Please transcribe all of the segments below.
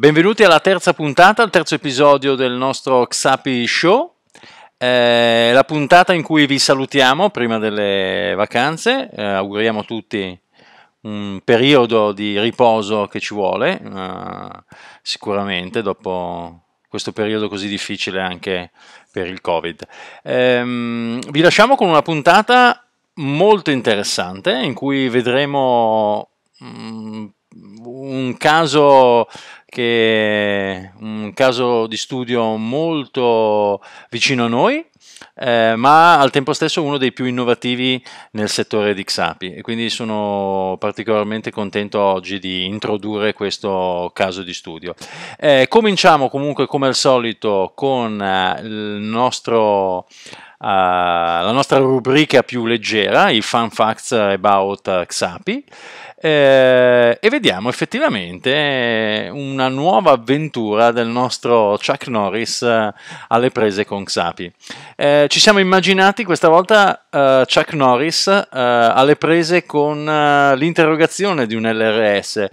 Benvenuti alla terza puntata, al terzo episodio del nostro Xapi Show. La puntata in cui vi salutiamo prima delle vacanze, auguriamo a tutti un periodo di riposo che ci vuole, sicuramente dopo questo periodo così difficile anche per il Covid. Vi lasciamo con una puntata molto interessante in cui vedremo un caso di studio molto vicino a noi, ma al tempo stesso uno dei più innovativi nel settore di Xapi, e quindi sono particolarmente contento oggi di introdurre questo caso di studio. Cominciamo comunque come al solito con la nostra rubrica più leggera, i fun facts about Xapi. E vediamo effettivamente una nuova avventura del nostro Chuck Norris alle prese con Xapi. Ci siamo immaginati questa volta Chuck Norris alle prese con l'interrogazione di un LRS.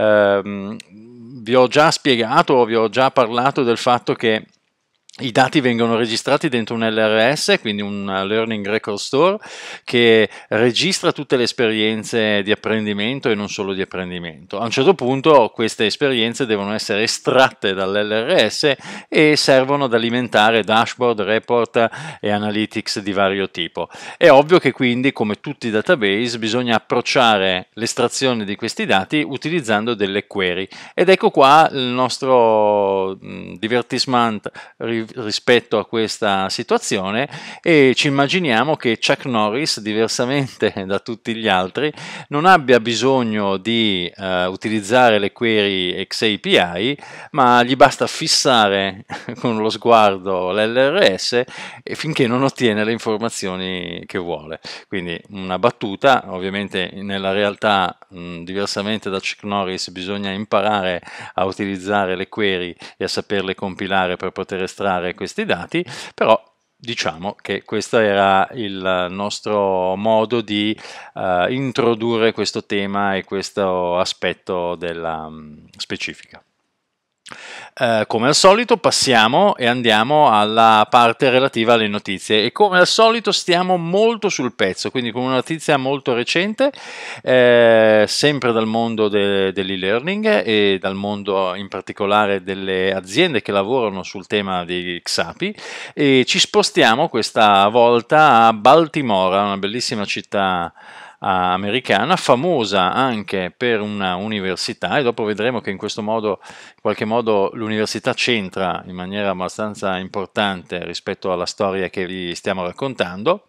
Vi ho già spiegato, vi ho già parlato del fatto che i dati vengono registrati dentro un LRS, quindi un Learning Record Store, che registra tutte le esperienze di apprendimento e non solo di apprendimento. A un certo punto queste esperienze devono essere estratte dall'LRS e servono ad alimentare dashboard, report e analytics di vario tipo. È ovvio che quindi, come tutti i database, bisogna approcciare l'estrazione di questi dati utilizzando delle query. Ed ecco qua il nostro divertissement rispetto a questa situazione, e ci immaginiamo che Chuck Norris, diversamente da tutti gli altri, non abbia bisogno di utilizzare le query XAPI, ma gli basta fissare con lo sguardo l'LRS e finché non ottiene le informazioni che vuole. Quindi una battuta, ovviamente nella realtà diversamente da Chuck Norris bisogna imparare a utilizzare le query e a saperle compilare per poter estrarre questi dati, però diciamo che questo era il nostro modo di introdurre questo tema e questo aspetto della specifica. Come al solito passiamo e andiamo alla parte relativa alle notizie, e come al solito stiamo molto sul pezzo, quindi con una notizia molto recente, sempre dal mondo dell'e-learning e dal mondo in particolare delle aziende che lavorano sul tema di Xapi, e ci spostiamo questa volta a Baltimora, una bellissima città americana, famosa anche per una università, e dopo vedremo che in qualche modo l'università c'entra in maniera abbastanza importante rispetto alla storia che vi stiamo raccontando.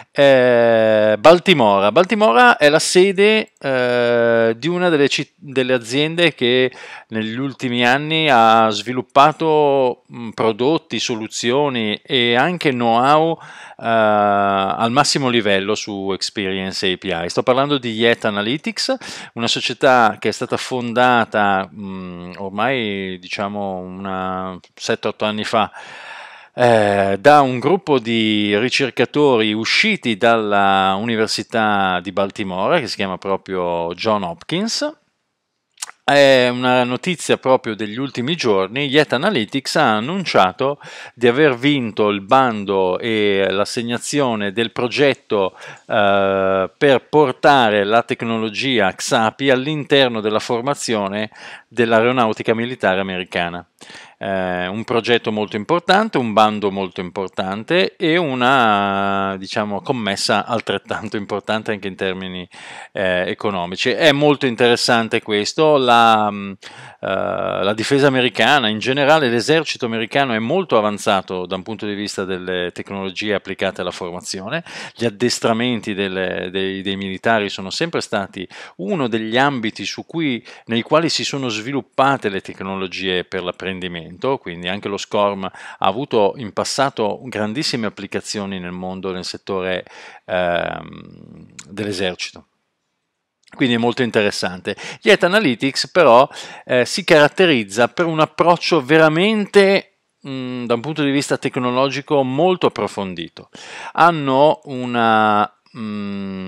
Baltimora è la sede di una delle aziende che negli ultimi anni ha sviluppato prodotti, soluzioni e anche know-how al massimo livello su Experience API. Sto parlando di Yet Analytics, una società che è stata fondata ormai diciamo 7-8 anni fa da un gruppo di ricercatori usciti dalla Università di Baltimora, che si chiama proprio John Hopkins. È una notizia proprio degli ultimi giorni. Yet Analytics ha annunciato di aver vinto il bando e l'assegnazione del progetto per portare la tecnologia Xapi all'interno della formazione dell'aeronautica militare americana. Un progetto molto importante, un bando molto importante e una commessa altrettanto importante anche in termini economici. È molto interessante questo. La difesa americana, in generale l'esercito americano, è molto avanzato da un punto di vista delle tecnologie applicate alla formazione. Gli addestramenti dei militari sono sempre stati uno degli ambiti nei quali si sono sviluppate le tecnologie per l'apprendimento, quindi anche lo SCORM ha avuto in passato grandissime applicazioni nel mondo, nel settore dell'esercito. Quindi è molto interessante. Yet Analytics però si caratterizza per un approccio veramente da un punto di vista tecnologico molto approfondito. Hanno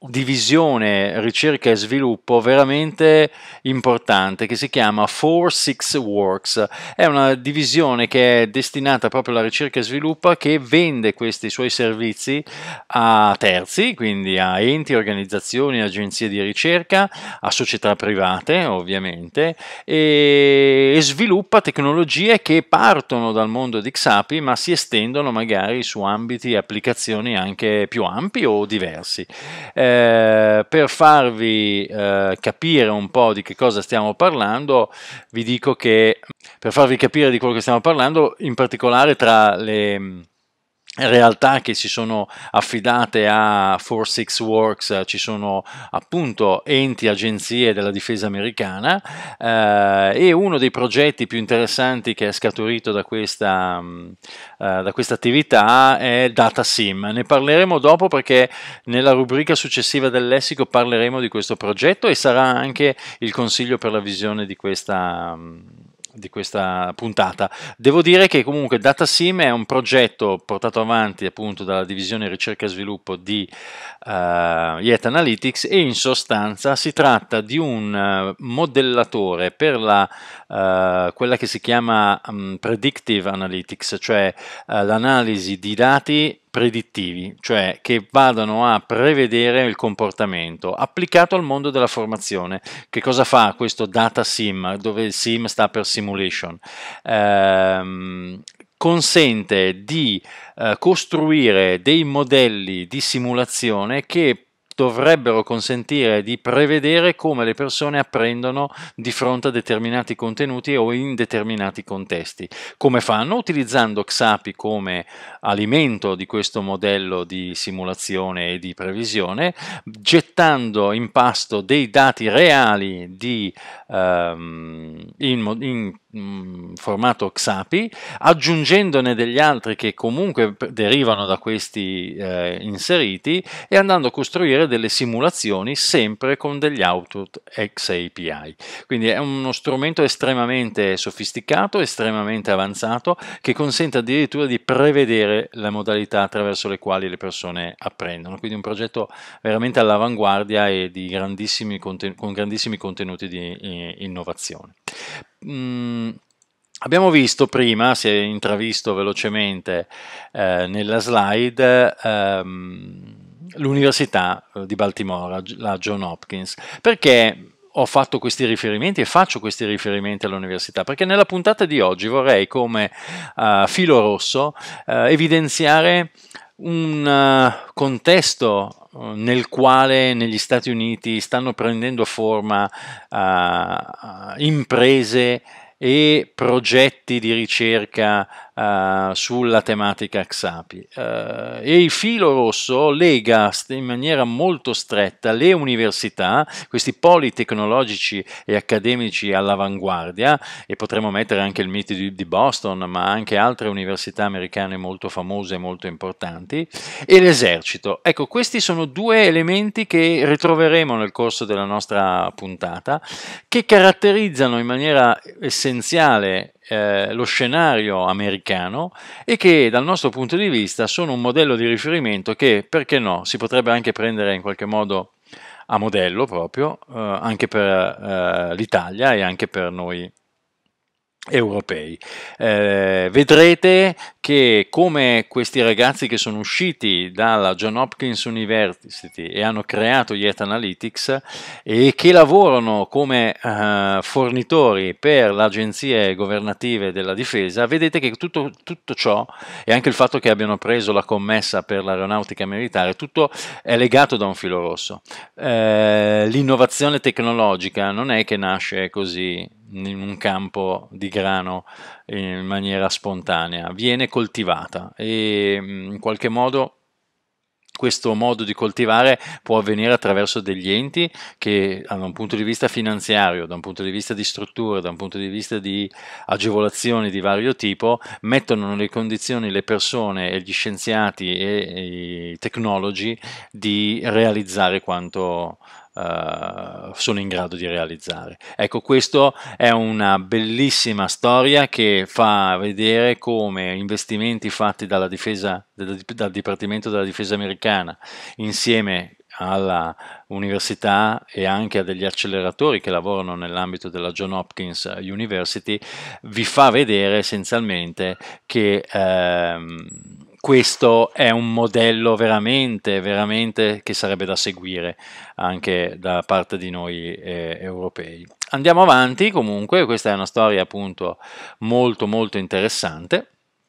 divisione ricerca e sviluppo veramente importante che si chiama 46 Works. È una divisione che è destinata proprio alla ricerca e sviluppo, che vende questi suoi servizi a terzi, quindi a enti, organizzazioni, agenzie di ricerca, a società private ovviamente, e sviluppa tecnologie che partono dal mondo di Xapi ma si estendono magari su ambiti e applicazioni anche più ampi o diversi. Per farvi capire un po' di che cosa stiamo parlando, vi dico che per farvi capire di quello che stiamo parlando, in particolare tra le realtà che si sono affidate a 46 Works ci sono appunto enti, agenzie della difesa americana, e uno dei progetti più interessanti che è scaturito da questa attività è DataSim. Ne parleremo dopo, perché nella rubrica successiva del lessico parleremo di questo progetto e sarà anche il consiglio per la visione di questa puntata. Devo dire che comunque DataSim è un progetto portato avanti appunto dalla divisione ricerca e sviluppo di Yet Analytics, e in sostanza si tratta di un modellatore per quella che si chiama Predictive Analytics, cioè l'analisi di dati predittivi, cioè che vadano a prevedere il comportamento applicato al mondo della formazione. Che cosa fa questo DataSim, dove il sim sta per simulation? Consente di costruire dei modelli di simulazione che dovrebbero consentire di prevedere come le persone apprendono di fronte a determinati contenuti o in determinati contesti. Come fanno? Utilizzando Xapi come alimento di questo modello di simulazione e di previsione, gettando in pasto dei dati reali in formato Xapi, aggiungendone degli altri che comunque derivano da questi inseriti, e andando a costruire delle simulazioni sempre con degli output XAPI. Quindi è uno strumento estremamente sofisticato, estremamente avanzato, che consente addirittura di prevedere le modalità attraverso le quali le persone apprendono. Quindi un progetto veramente all'avanguardia e con grandissimi contenuti di innovazione. Abbiamo visto prima, si è intravisto velocemente nella slide, l'Università di Baltimora, la Johns Hopkins. Perché ho fatto questi riferimenti e faccio questi riferimenti all'università? Perché nella puntata di oggi vorrei, come filo rosso, evidenziare un contesto nel quale negli Stati Uniti stanno prendendo forma imprese e progetti di ricerca sulla tematica Xapi, e il filo rosso lega in maniera molto stretta le università, questi poli tecnologici e accademici all'avanguardia, e potremmo mettere anche il MIT di Boston, ma anche altre università americane molto famose e molto importanti, e l'esercito. Ecco, questi sono due elementi che ritroveremo nel corso della nostra puntata, che caratterizzano in maniera essenziale lo scenario americano, e che dal nostro punto di vista sono un modello di riferimento che, perché no, si potrebbe anche prendere in qualche modo a modello proprio, anche per l'Italia e anche per noi europei. Vedrete che, come questi ragazzi che sono usciti dalla Johns Hopkins University e hanno creato Yet Analytics e che lavorano come fornitori per le agenzie governative della difesa, vedete che tutto ciò, e anche il fatto che abbiano preso la commessa per l'aeronautica militare, tutto è legato da un filo rosso. L'innovazione tecnologica non è che nasce così in un campo di grano in maniera spontanea, viene coltivata, e in qualche modo questo modo di coltivare può avvenire attraverso degli enti che, da un punto di vista finanziario, da un punto di vista di strutture, da un punto di vista di agevolazioni di vario tipo, mettono nelle condizioni le persone e gli scienziati e i tecnologi di realizzare quanto sono in grado di realizzare. Ecco, questo è una bellissima storia che fa vedere come investimenti fatti dal Dipartimento della Difesa americana, insieme alla università e anche a degli acceleratori che lavorano nell'ambito della Johns Hopkins University, vi fa vedere essenzialmente che questo è un modello veramente, veramente che sarebbe da seguire anche da parte di noi europei. Andiamo avanti, comunque, questa è una storia appunto molto molto interessante.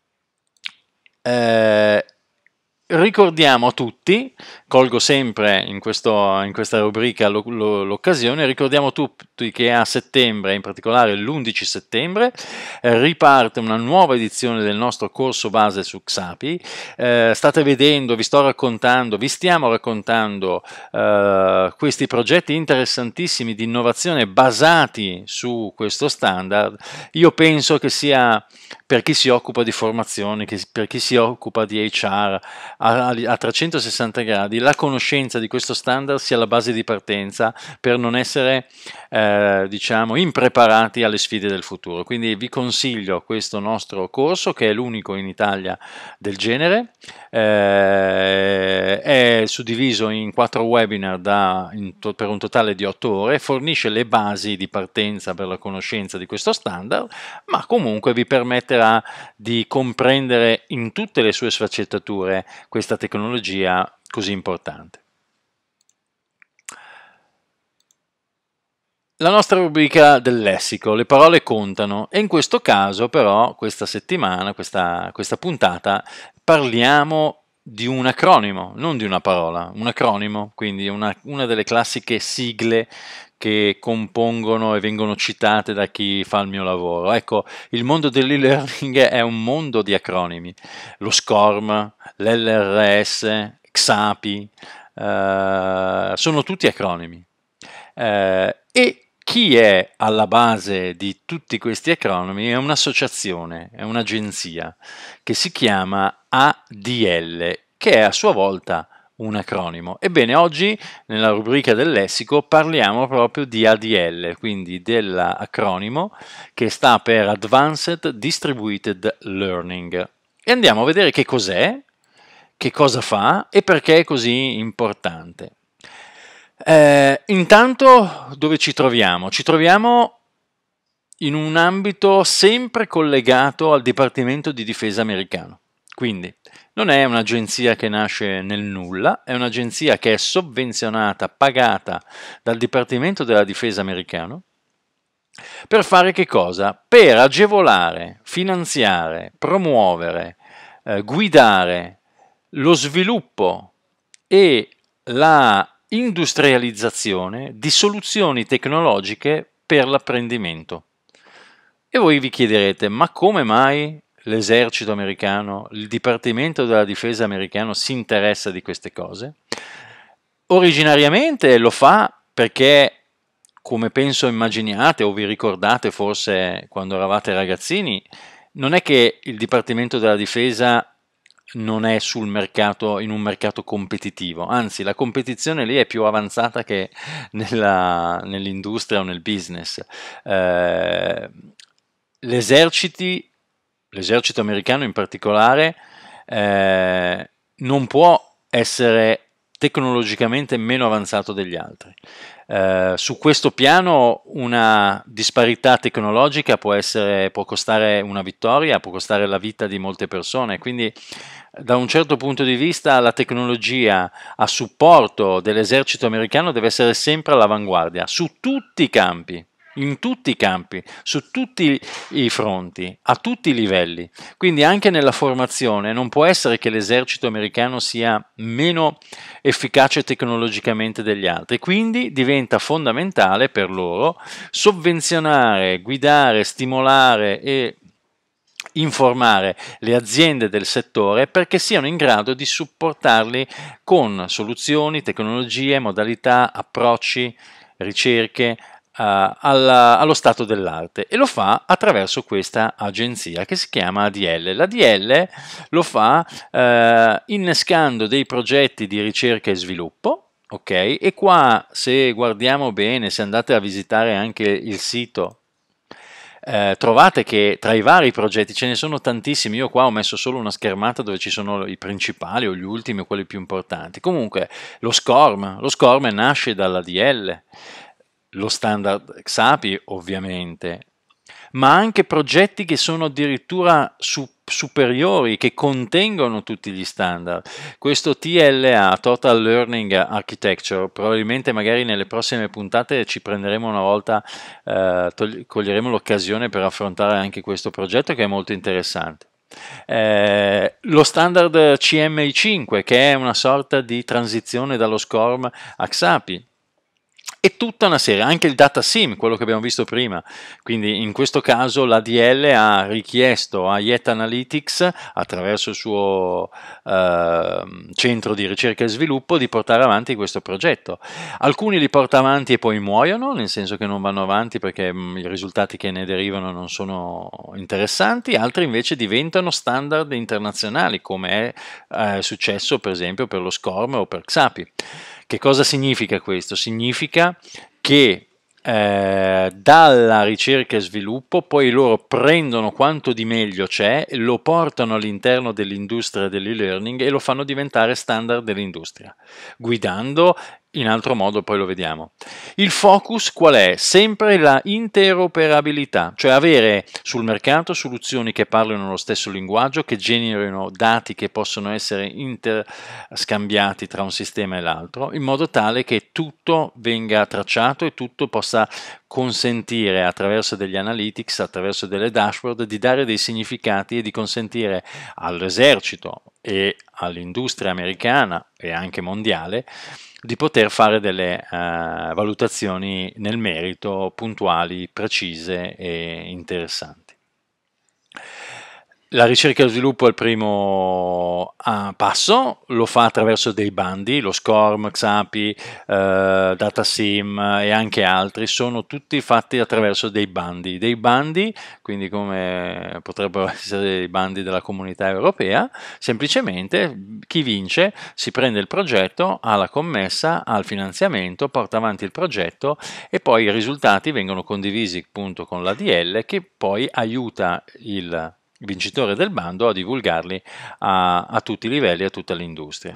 Ricordiamo a tutti, colgo sempre in questa rubrica l'occasione, ricordiamo tutti che a settembre, in particolare l'11 settembre, riparte una nuova edizione del nostro corso base su Xapi. State vedendo, vi stiamo raccontando questi progetti interessantissimi di innovazione basati su questo standard. Io penso che sia per chi si occupa di formazione, per chi si occupa di HR a 360 gradi, la conoscenza di questo standard sia la base di partenza per non essere diciamo impreparati alle sfide del futuro. Quindi vi consiglio questo nostro corso, che è l'unico in Italia del genere. È suddiviso in 4 webinar per un totale di 8 ore, fornisce le basi di partenza per la conoscenza di questo standard, ma comunque vi permetterà di comprendere in tutte le sue sfaccettature questa tecnologia così importante. La nostra rubrica del lessico, le parole contano, e in questo caso però, questa settimana, questa puntata, parliamo di un acronimo, non di una parola, un acronimo, quindi una delle classiche sigle che compongono e vengono citate da chi fa il mio lavoro. Ecco, il mondo dell'e-learning è un mondo di acronimi, lo SCORM, l'LRS, XAPI, sono tutti acronimi. E chi è alla base di tutti questi acronimi è un'associazione, è un'agenzia che si chiama ADL, che è a sua volta un acronimo. Ebbene, oggi nella rubrica del lessico parliamo proprio di ADL, quindi dell'acronimo che sta per Advanced Distributed Learning. E andiamo a vedere che cos'è, che cosa fa e perché è così importante. Intanto dove ci troviamo? Ci troviamo in un ambito sempre collegato al Dipartimento di Difesa americano. Quindi non è un'agenzia che nasce nel nulla, è un'agenzia che è sovvenzionata, pagata dal Dipartimento della Difesa americano per fare che cosa? Per agevolare, finanziare, promuovere, guidare lo sviluppo e la industrializzazione di soluzioni tecnologiche per l'apprendimento. E voi vi chiederete, ma come mai l'esercito americano, il Dipartimento della Difesa americano si interessa di queste cose? Originariamente lo fa perché, come penso immaginiate o vi ricordate forse quando eravate ragazzini, non è che il Dipartimento della Difesa non è sul mercato, in un mercato competitivo, anzi la competizione lì è più avanzata che nell'industria o nel business. L'esercito americano in particolare non può essere tecnologicamente meno avanzato degli altri. Su questo piano una disparità tecnologica può costare una vittoria, può costare la vita di molte persone, quindi da un certo punto di vista la tecnologia a supporto dell'esercito americano deve essere sempre all'avanguardia, su tutti i campi, in tutti i campi, su tutti i fronti, a tutti i livelli. Quindi anche nella formazione non può essere che l'esercito americano sia meno efficace tecnologicamente degli altri, quindi diventa fondamentale per loro sovvenzionare, guidare, stimolare e informare le aziende del settore perché siano in grado di supportarli con soluzioni, tecnologie, modalità, approcci, ricerche allo stato dell'arte, e lo fa attraverso questa agenzia che si chiama ADL. L'ADL lo fa innescando dei progetti di ricerca e sviluppo. Ok, e qua se guardiamo bene, se andate a visitare anche il sito trovate che tra i vari progetti ce ne sono tantissimi. Io qua ho messo solo una schermata dove ci sono i principali o gli ultimi o quelli più importanti. Comunque lo SCORM nasce dall'ADL, lo standard XAPI ovviamente, ma anche progetti che sono addirittura superiori, che contengono tutti gli standard. Questo TLA, Total Learning Architecture, probabilmente magari nelle prossime puntate ci prenderemo una volta, coglieremo l'occasione per affrontare anche questo progetto che è molto interessante. Lo standard CMI5, che è una sorta di transizione dallo SCORM a XAPI, e tutta una serie, anche il data sim, quello che abbiamo visto prima. Quindi in questo caso l'ADL ha richiesto a Yet Analytics, attraverso il suo centro di ricerca e sviluppo, di portare avanti questo progetto. Alcuni li porta avanti e poi muoiono, nel senso che non vanno avanti perché i risultati che ne derivano non sono interessanti, altri invece diventano standard internazionali, come è successo per esempio per lo SCORM o per XAPI. Che cosa significa questo? Significa che dalla ricerca e sviluppo poi loro prendono quanto di meglio c'è, lo portano all'interno dell'industria dell'e-learning e lo fanno diventare standard dell'industria, guidando in altro modo, poi lo vediamo. Il focus qual è? Sempre la interoperabilità, cioè avere sul mercato soluzioni che parlino lo stesso linguaggio, che generino dati che possono essere interscambiati tra un sistema e l'altro, in modo tale che tutto venga tracciato e tutto possa consentire attraverso degli analytics, attraverso delle dashboard, di dare dei significati e di consentire all'esercito e all'industria americana e anche mondiale di poter fare delle valutazioni nel merito puntuali, precise e interessanti. La ricerca e lo sviluppo è il primo passo, lo fa attraverso dei bandi, lo SCORM, XAPI, DataSim e anche altri, sono tutti fatti attraverso dei bandi, quindi come potrebbero essere dei bandi della comunità europea. Semplicemente chi vince si prende il progetto, ha la commessa, ha il finanziamento, porta avanti il progetto e poi i risultati vengono condivisi appunto con l'ADL, che poi aiuta il vincitore del bando a divulgarli a tutti i livelli, a tutta l'industria.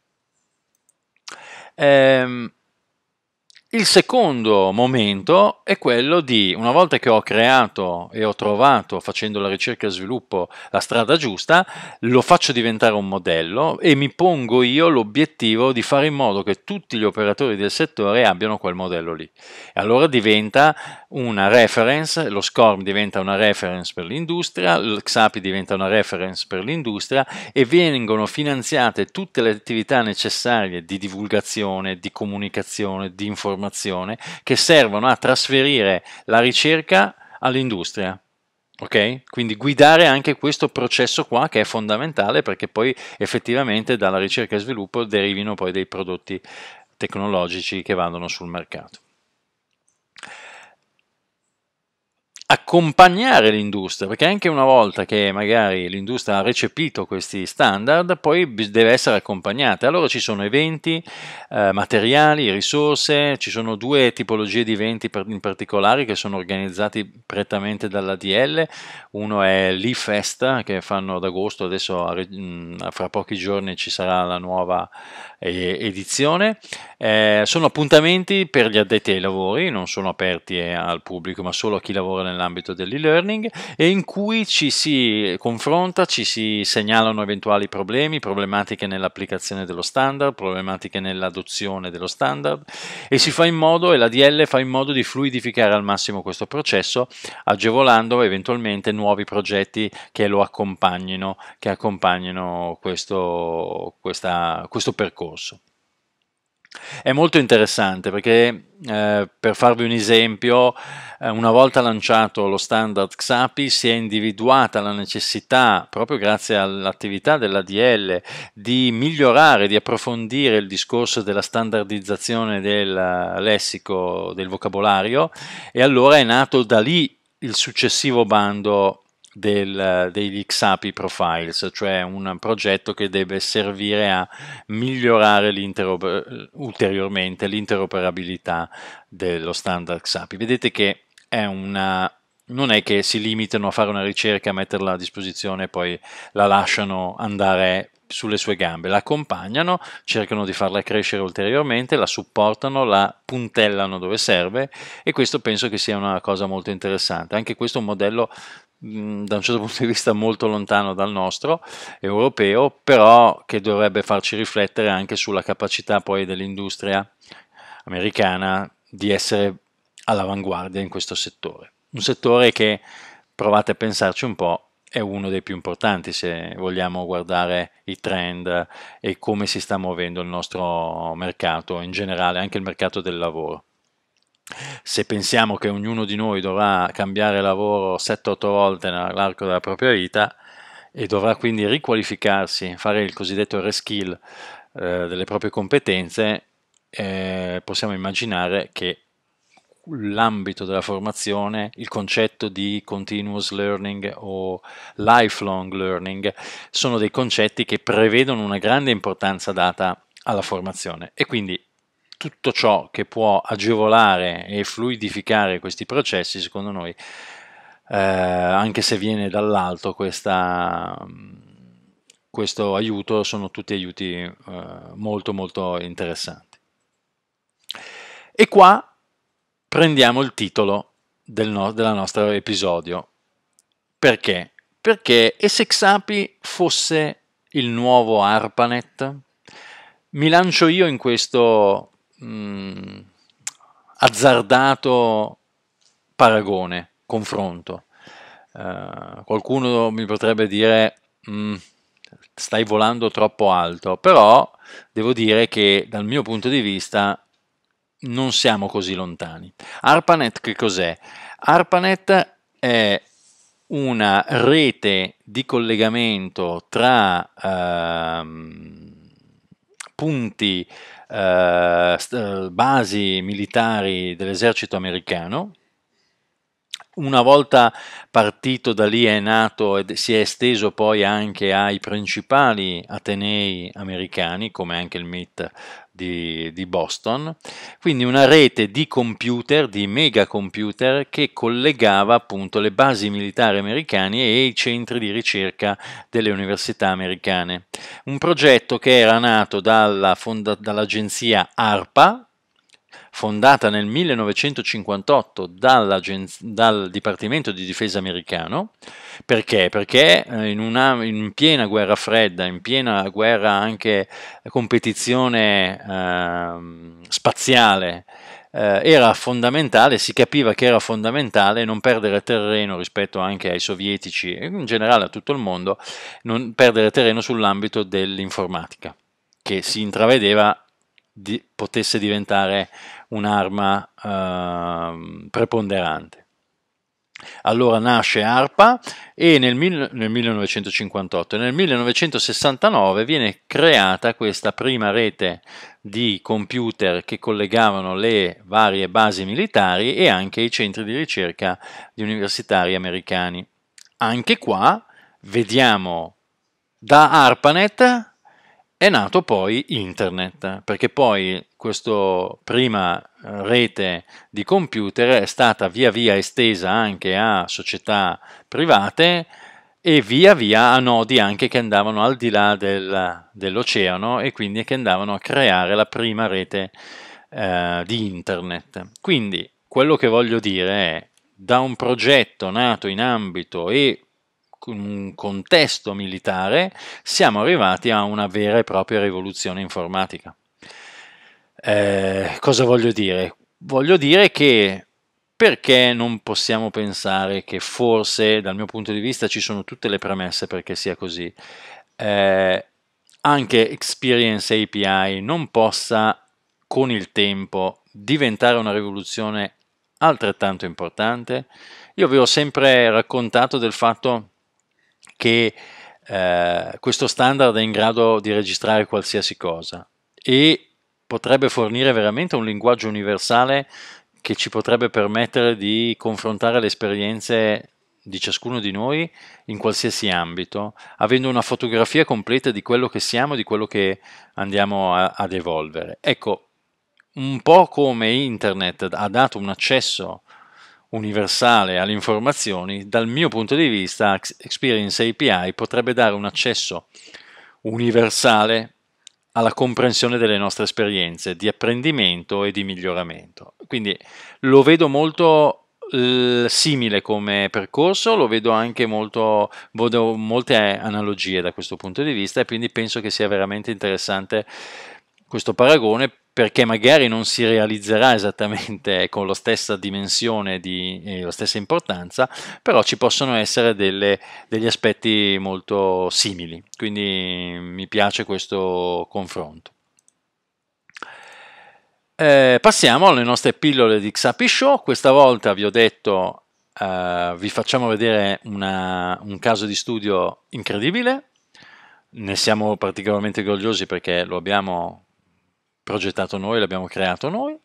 Il secondo momento è quello di, una volta che ho creato e ho trovato, facendo la ricerca e sviluppo, la strada giusta, lo faccio diventare un modello e mi pongo io l'obiettivo di fare in modo che tutti gli operatori del settore abbiano quel modello lì. E allora diventa una reference, lo SCORM diventa una reference per l'industria, il XAPI diventa una reference per l'industria e vengono finanziate tutte le attività necessarie di divulgazione, di comunicazione, di informazione che servono a trasferire la ricerca all'industria. Ok? Quindi guidare anche questo processo qua che è fondamentale perché poi effettivamente dalla ricerca e sviluppo derivino poi dei prodotti tecnologici che vanno sul mercato. Accompagnare l'industria, perché anche una volta che magari l'industria ha recepito questi standard, poi deve essere accompagnata. Allora ci sono eventi, materiali, risorse, ci sono due tipologie di eventi in particolare che sono organizzati prettamente dall'ADL. Uno è l'eFest che fanno ad agosto, adesso fra pochi giorni ci sarà la nuova edizione. Sono appuntamenti per gli addetti ai lavori, non sono aperti al pubblico ma solo a chi lavora nell'ambito dell'e-learning, e in cui ci si confronta, ci si segnalano eventuali problemi, problematiche nell'applicazione dello standard, problematiche nell'adozione dello standard, e si fa in modo, e l'ADL fa in modo di fluidificare al massimo questo processo, agevolando eventualmente nuovi progetti che lo accompagnino, che accompagnino questo percorso. È molto interessante perché, per farvi un esempio, una volta lanciato lo standard XAPI si è individuata la necessità, proprio grazie all'attività dell'ADL, di migliorare, di approfondire il discorso della standardizzazione del lessico, del vocabolario, e allora è nato da lì il successivo bando degli XAPI Profiles, cioè un progetto che deve servire a migliorare ulteriormente l'interoperabilità dello standard XAPI. Vedete che è una non è che si limitano a fare una ricerca, a metterla a disposizione e poi la lasciano andare sulle sue gambe, la accompagnano, cercano di farla crescere ulteriormente, la supportano, la puntellano dove serve, e questo penso che sia una cosa molto interessante. Anche questo è un modello da un certo punto di vista molto lontano dal nostro europeo, però che dovrebbe farci riflettere anche sulla capacità poi dell'industria americana di essere all'avanguardia in questo settore. Un settore che, provate a pensarci un po', è uno dei più importanti se vogliamo guardare i trend e come si sta muovendo il nostro mercato in generale, anche il mercato del lavoro. Se pensiamo che ognuno di noi dovrà cambiare lavoro 7-8 volte nell'arco della propria vita e dovrà quindi riqualificarsi, fare il cosiddetto reskill delle proprie competenze, possiamo immaginare che l'ambito della formazione, il concetto di continuous learning o lifelong learning, sono dei concetti che prevedono una grande importanza data alla formazione, e quindi tutto ciò che può agevolare e fluidificare questi processi, secondo noi, anche se viene dall'alto questo aiuto, sono tutti aiuti molto molto interessanti. E qua prendiamo il titolo della nostro episodio. Perché? Perché e se Xapi fosse il nuovo ARPANET? Mi lancio io in questo azzardato paragone, confronto. Qualcuno mi potrebbe dire stai volando troppo alto, però devo dire che dal mio punto di vista non siamo così lontani. ARPANET che cos'è? ARPANET è una rete di collegamento tra punti, basi militari dell'esercito americano. Una volta partito da lì è nato e si è esteso poi anche ai principali atenei americani, come anche il MIT di Boston, quindi una rete di computer, di megacomputer, che collegava appunto le basi militari americane e i centri di ricerca delle università americane. Un progetto che era nato dall'agenzia ARPA, fondata nel 1958 dal Dipartimento di Difesa americano. Perché? Perché in piena guerra fredda, in piena guerra anche competizione spaziale, era fondamentale, si capiva che era fondamentale non perdere terreno rispetto anche ai sovietici e in generale a tutto il mondo, non perdere terreno sull'ambito dell'informatica, che si intravedeva potesse diventare un'arma preponderante. Allora nasce ARPA e nel 1958 e nel 1969 viene creata questa prima rete di computer che collegavano le varie basi militari e anche i centri di ricerca di universitari americani. Anche qua vediamo da ARPANET è nato poi Internet, perché poi questa prima rete di computer è stata via via estesa anche a società private e via via a nodi anche che andavano al di là dell'oceano e quindi che andavano a creare la prima rete di Internet. Quindi quello che voglio dire è, da un progetto nato in ambito e un contesto militare, siamo arrivati a una vera e propria rivoluzione informatica. Cosa voglio dire? Voglio dire che perché non possiamo pensare che forse, dal mio punto di vista, ci sono tutte le premesse perché sia così, anche Experience API non possa con il tempo diventare una rivoluzione altrettanto importante? Io vi ho sempre raccontato del fatto che questo standard è in grado di registrare qualsiasi cosa e potrebbe fornire veramente un linguaggio universale che ci potrebbe permettere di confrontare le esperienze di ciascuno di noi in qualsiasi ambito, avendo una fotografia completa di quello che siamo, di quello che andiamo ad evolvere. Ecco, un po' come Internet ha dato un accesso, universale alle informazioni, dal mio punto di vista Experience API potrebbe dare un accesso universale alla comprensione delle nostre esperienze di apprendimento e di miglioramento. Quindi lo vedo molto simile come percorso, lo vedo anche vedo molte analogie da questo punto di vista, e quindi penso che sia veramente interessante questo paragone, perché magari non si realizzerà esattamente con la stessa dimensione e la stessa importanza, però ci possono essere degli aspetti molto simili, quindi mi piace questo confronto. Passiamo alle nostre pillole di Xapi Show. Questa volta vi ho detto, vi facciamo vedere un caso di studio incredibile, ne siamo particolarmente orgogliosi perché lo abbiamo progettato noi, l'abbiamo creato noi.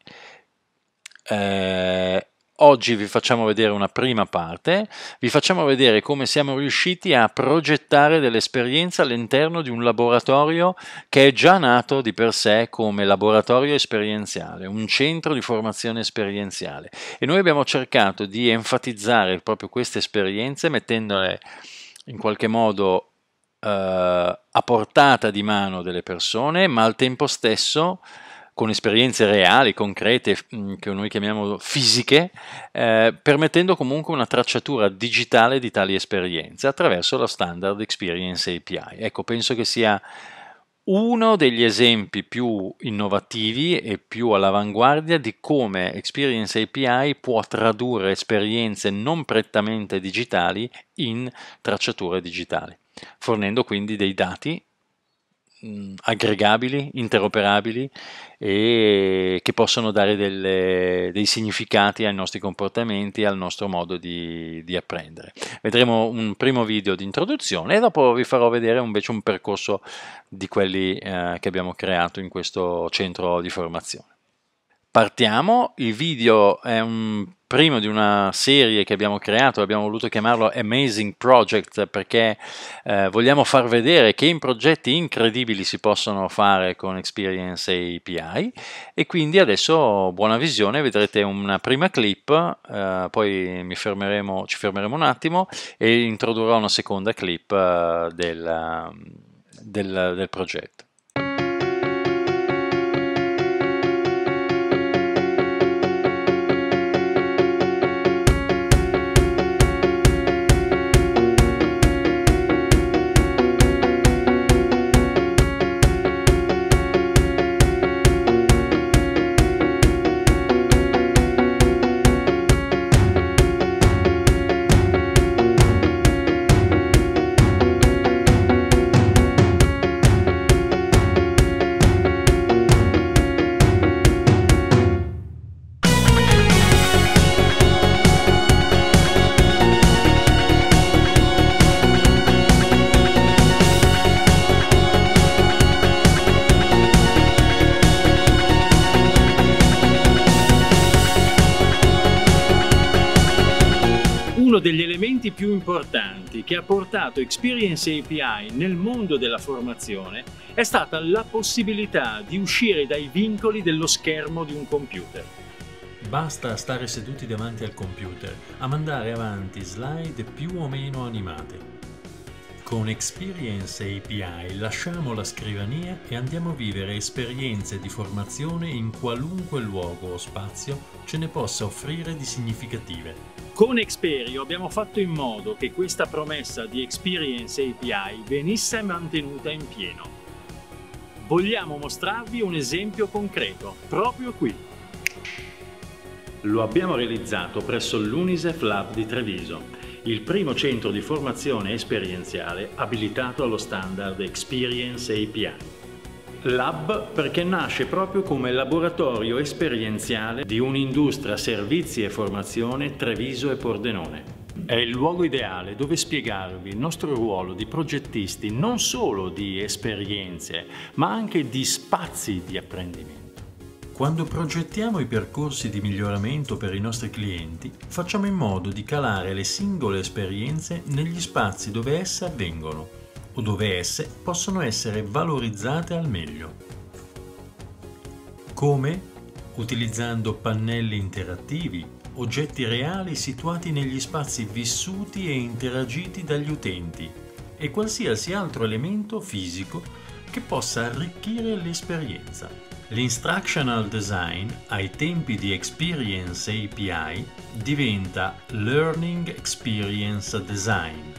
Oggi vi facciamo vedere una prima parte, vi facciamo vedere come siamo riusciti a progettare delle esperienze all'interno di un laboratorio che è già nato di per sé come laboratorio esperienziale, un centro di formazione esperienziale, e noi abbiamo cercato di enfatizzare proprio queste esperienze mettendole in qualche modo a portata di mano delle persone, ma al tempo stesso con esperienze reali, concrete, che noi chiamiamo fisiche, permettendo comunque una tracciatura digitale di tali esperienze attraverso la Standard Experience API. Ecco, penso che sia uno degli esempi più innovativi e più all'avanguardia di come Experience API può tradurre esperienze non prettamente digitali in tracciature digitali, fornendo quindi dei dati aggregabili, interoperabili, e che possono dare dei significati ai nostri comportamenti, al nostro modo di apprendere. Vedremo un primo video di introduzione e dopo vi farò vedere invece un percorso di quelli che abbiamo creato in questo centro di formazione. Partiamo, il video è un primo di una serie che abbiamo creato, abbiamo voluto chiamarlo Amazing Project perché vogliamo far vedere che in progetti incredibili si possono fare con Experience API, e quindi adesso buona visione, vedrete una prima clip, poi ci fermeremo un attimo e introdurrò una seconda clip del progetto. Uno degli elementi più importanti che ha portato Experience API nel mondo della formazione è stata la possibilità di uscire dai vincoli dello schermo di un computer. Basta stare seduti davanti al computer a mandare avanti slide più o meno animate. Con Experience API lasciamo la scrivania e andiamo a vivere esperienze di formazione in qualunque luogo o spazio ce ne possa offrire di significative. Con Experio abbiamo fatto in modo che questa promessa di Experience API venisse mantenuta in pieno. Vogliamo mostrarvi un esempio concreto, proprio qui. Lo abbiamo realizzato presso l'Unicef Lab di Treviso, il primo centro di formazione esperienziale abilitato allo standard Experience API. Lab perché nasce proprio come laboratorio esperienziale di un'industria servizi e formazione Treviso e Pordenone. È il luogo ideale dove spiegarvi il nostro ruolo di progettisti non solo di esperienze, ma anche di spazi di apprendimento. Quando progettiamo i percorsi di miglioramento per i nostri clienti, facciamo in modo di calare le singole esperienze negli spazi dove esse avvengono o dove esse possono essere valorizzate al meglio. Come? Utilizzando pannelli interattivi oggetti reali situati negli spazi vissuti e interagiti dagli utenti e qualsiasi altro elemento fisico che possa arricchire l'esperienza. L'instructional design ai tempi di Experience API diventa Learning Experience Design.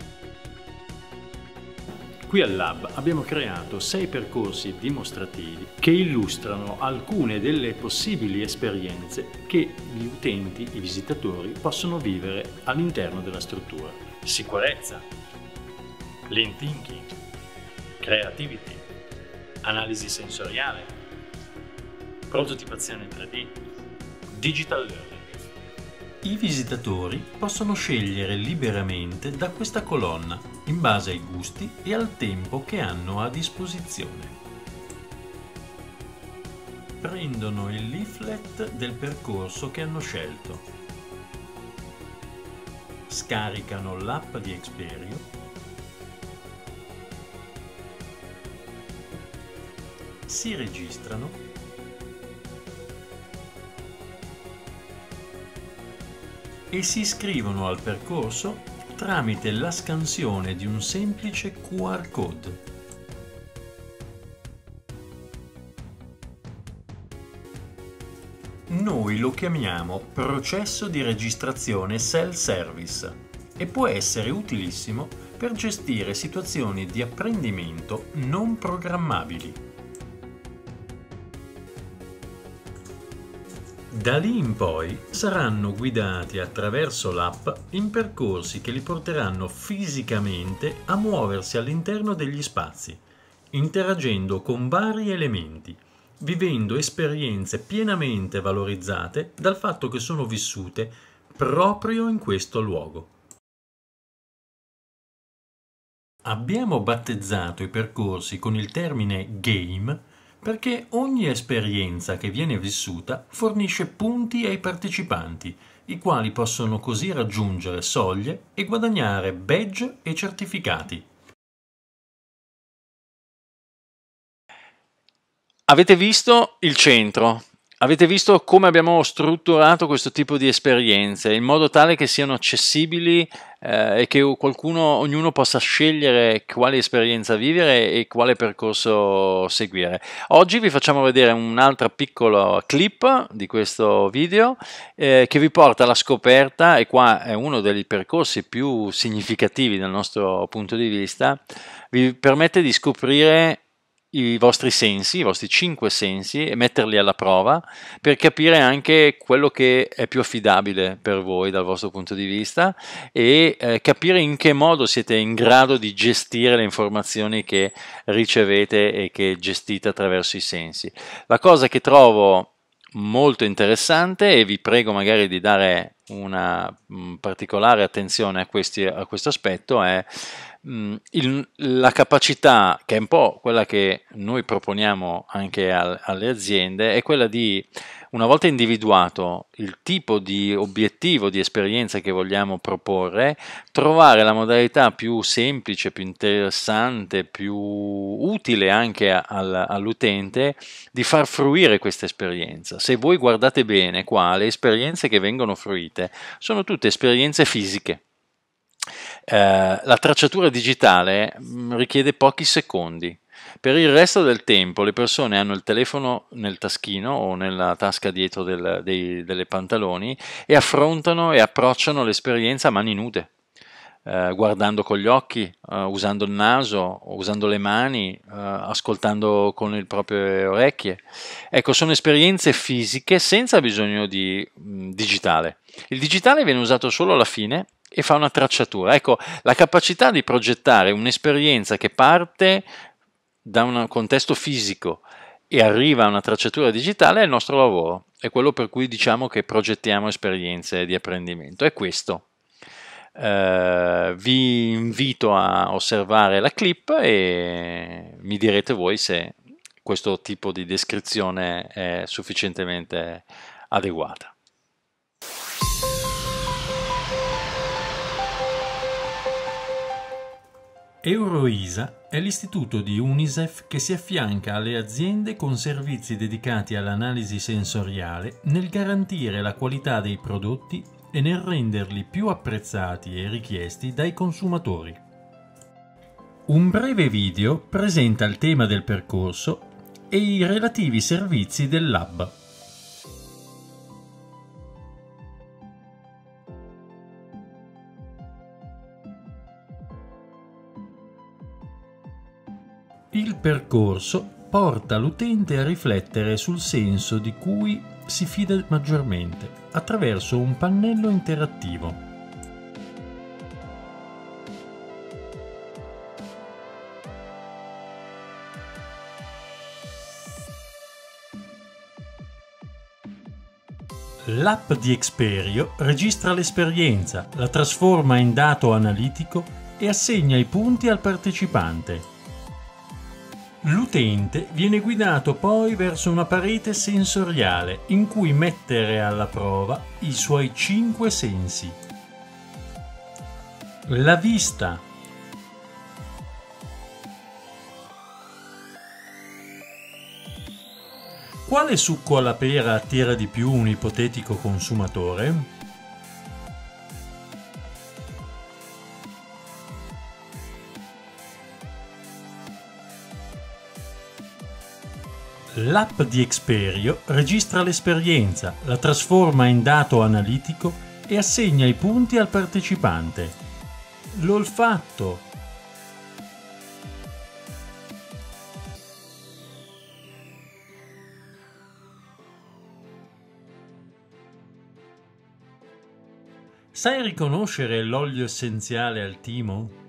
Qui al Lab abbiamo creato 6 percorsi dimostrativi che illustrano alcune delle possibili esperienze che gli utenti, i visitatori, possono vivere all'interno della struttura. Sicurezza, lean thinking, creativity, analisi sensoriale, prototipazione 3D, digital learning. I visitatori possono scegliere liberamente da questa colonna in base ai gusti e al tempo che hanno a disposizione. Prendono il leaflet del percorso che hanno scelto, scaricano l'app di Experio, si registrano e si iscrivono al percorso tramite la scansione di un semplice QR code. Noi lo chiamiamo processo di registrazione self-service e può essere utilissimo per gestire situazioni di apprendimento non programmabili. Da lì in poi saranno guidati attraverso l'app in percorsi che li porteranno fisicamente a muoversi all'interno degli spazi, interagendo con vari elementi, vivendo esperienze pienamente valorizzate dal fatto che sono vissute proprio in questo luogo. Abbiamo battezzato i percorsi con il termine game perché ogni esperienza che viene vissuta fornisce punti ai partecipanti, i quali possono così raggiungere soglie e guadagnare badge e certificati. Avete visto il centro? Avete visto come abbiamo strutturato questo tipo di esperienze in modo tale che siano accessibili e che ognuno possa scegliere quale esperienza vivere e quale percorso seguire. Oggi vi facciamo vedere un'altra piccola clip di questo video che vi porta alla scoperta, e qua è uno dei percorsi più significativi dal nostro punto di vista, vi permette di scoprire i vostri sensi, i vostri 5 sensi, e metterli alla prova per capire anche quello che è più affidabile per voi dal vostro punto di vista e capire in che modo siete in grado di gestire le informazioni che ricevete e che gestite attraverso i sensi. La cosa che trovo molto interessante, e vi prego magari di dare una particolare attenzione a questo aspetto, è la capacità, che è un po' quella che noi proponiamo anche alle aziende, è quella di, una volta individuato il tipo di obiettivo, di esperienza che vogliamo proporre, trovare la modalità più semplice, più interessante, più utile anche all'utente di far fruire questa esperienza. Se voi guardate bene qua, le esperienze che vengono fruite sono tutte esperienze fisiche. La tracciatura digitale richiede pochi secondi. Per il resto del tempo le persone hanno il telefono nel taschino o nella tasca dietro delle pantaloni e affrontano e approcciano l'esperienza a mani nude, guardando con gli occhi, usando il naso, usando le mani, ascoltando con le proprie orecchie. Ecco, sono esperienze fisiche senza bisogno di digitale. Il digitale viene usato solo alla fine e fa una tracciatura. Ecco, la capacità di progettare un'esperienza che parte da un contesto fisico e arriva a una tracciatura digitale è il nostro lavoro, è quello per cui diciamo che progettiamo esperienze di apprendimento. È questo. Vi invito a osservare la clip e mi direte voi se questo tipo di descrizione è sufficientemente adeguata. Euroisa è l'istituto di UNICEF che si affianca alle aziende con servizi dedicati all'analisi sensoriale nel garantire la qualità dei prodotti e nel renderli più apprezzati e richiesti dai consumatori. Un breve video presenta il tema del percorso e i relativi servizi del lab. Il percorso porta l'utente a riflettere sul senso di cui si fida maggiormente attraverso un pannello interattivo. L'app di Experio registra l'esperienza, la trasforma in dato analitico e assegna i punti al partecipante. L'utente viene guidato poi verso una parete sensoriale in cui mettere alla prova i suoi 5 sensi. La vista. Quale succo alla pera attira di più un ipotetico consumatore? L'app di Experio registra l'esperienza, la trasforma in dato analitico e assegna i punti al partecipante. L'olfatto. Sai riconoscere l'olio essenziale al timo?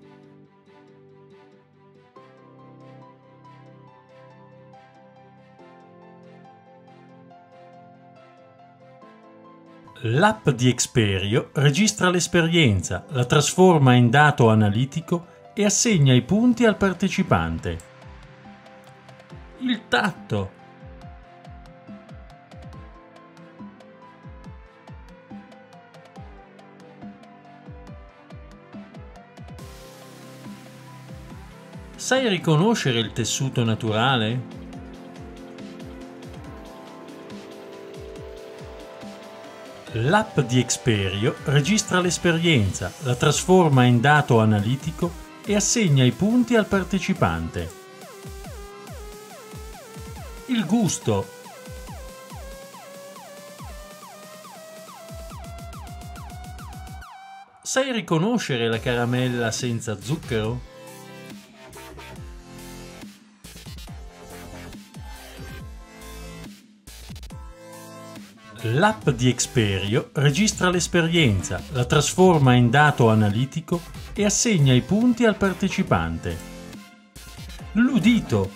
L'app di Experio registra l'esperienza, la trasforma in dato analitico e assegna i punti al partecipante. Il tatto. Sai riconoscere il tessuto naturale? L'app di Experio registra l'esperienza, la trasforma in dato analitico e assegna i punti al partecipante. Il gusto. Sai riconoscere la caramella senza zucchero? L'app di Experio registra l'esperienza, la trasforma in dato analitico e assegna i punti al partecipante. L'udito.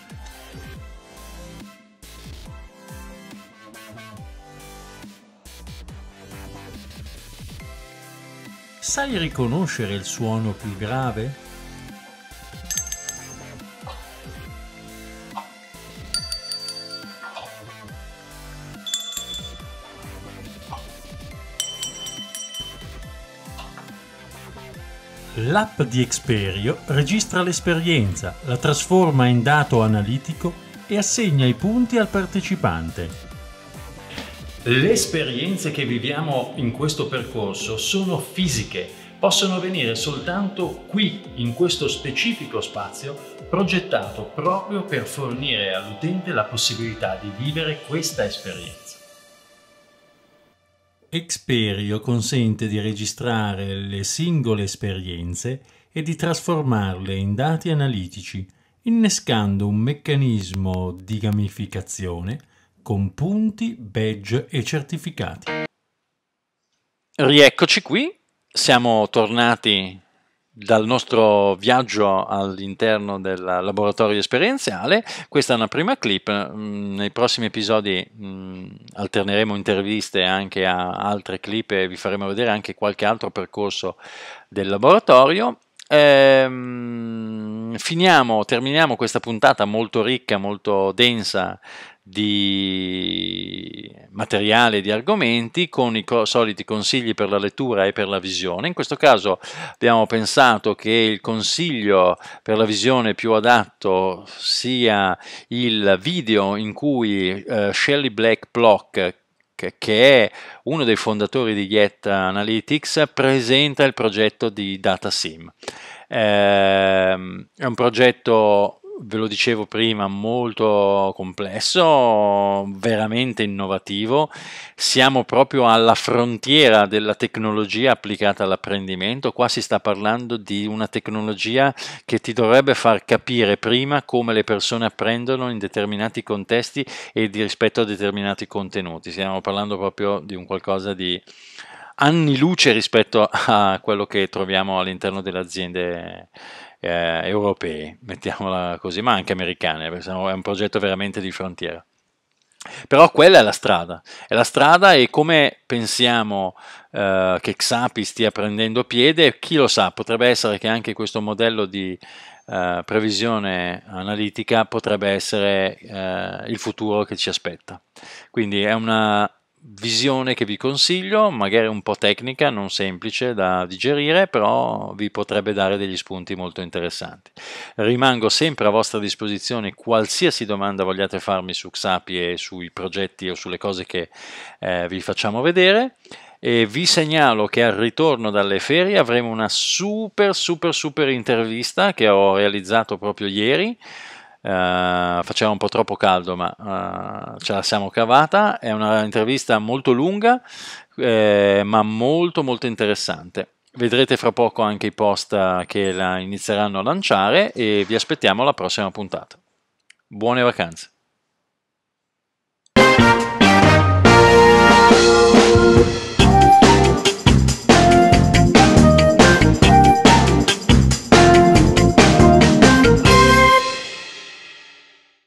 Sai riconoscere il suono più grave? L'app di Experio registra l'esperienza, la trasforma in dato analitico e assegna i punti al partecipante. Le esperienze che viviamo in questo percorso sono fisiche, possono avvenire soltanto qui, in questo specifico spazio progettato proprio per fornire all'utente la possibilità di vivere questa esperienza. Experio consente di registrare le singole esperienze e di trasformarle in dati analitici, innescando un meccanismo di gamificazione con punti, badge e certificati. Rieccoci qui, siamo tornati dal nostro viaggio all'interno del laboratorio esperienziale. Questa è una prima clip, nei prossimi episodi alterneremo interviste anche a altre clip e vi faremo vedere anche qualche altro percorso del laboratorio. Terminiamo questa puntata molto ricca, molto densa di materiale di argomenti con i soliti consigli per la lettura e per la visione. In questo caso abbiamo pensato che il consiglio per la visione più adatto sia il video in cui Shelley Black Block, che è uno dei fondatori di Get Analytics, presenta il progetto di DataSim. È un progetto, ve lo dicevo prima, molto complesso, veramente innovativo. Siamo proprio alla frontiera della tecnologia applicata all'apprendimento. Qua si sta parlando di una tecnologia che ti dovrebbe far capire prima come le persone apprendono in determinati contesti e rispetto a determinati contenuti. Stiamo parlando proprio di un qualcosa di anni luce rispetto a quello che troviamo all'interno delle aziende europee, mettiamola così, ma anche americane, perché è un progetto veramente di frontiera. Però quella è la strada e come pensiamo che Xapi stia prendendo piede, chi lo sa, potrebbe essere che anche questo modello di previsione analitica potrebbe essere il futuro che ci aspetta. Quindi è una visione che vi consiglio, magari un po' tecnica, non semplice da digerire, però vi potrebbe dare degli spunti molto interessanti. Rimango sempre a vostra disposizione qualsiasi domanda vogliate farmi su Xapi e sui progetti o sulle cose che vi facciamo vedere. E vi segnalo che al ritorno dalle ferie avremo una super intervista che ho realizzato proprio ieri. Faceva un po' troppo caldo, ma ce la siamo cavata. È una intervista molto lunga, ma molto interessante. Vedrete fra poco anche i post che la inizieranno a lanciare e vi aspettiamo alla prossima puntata. Buone vacanze!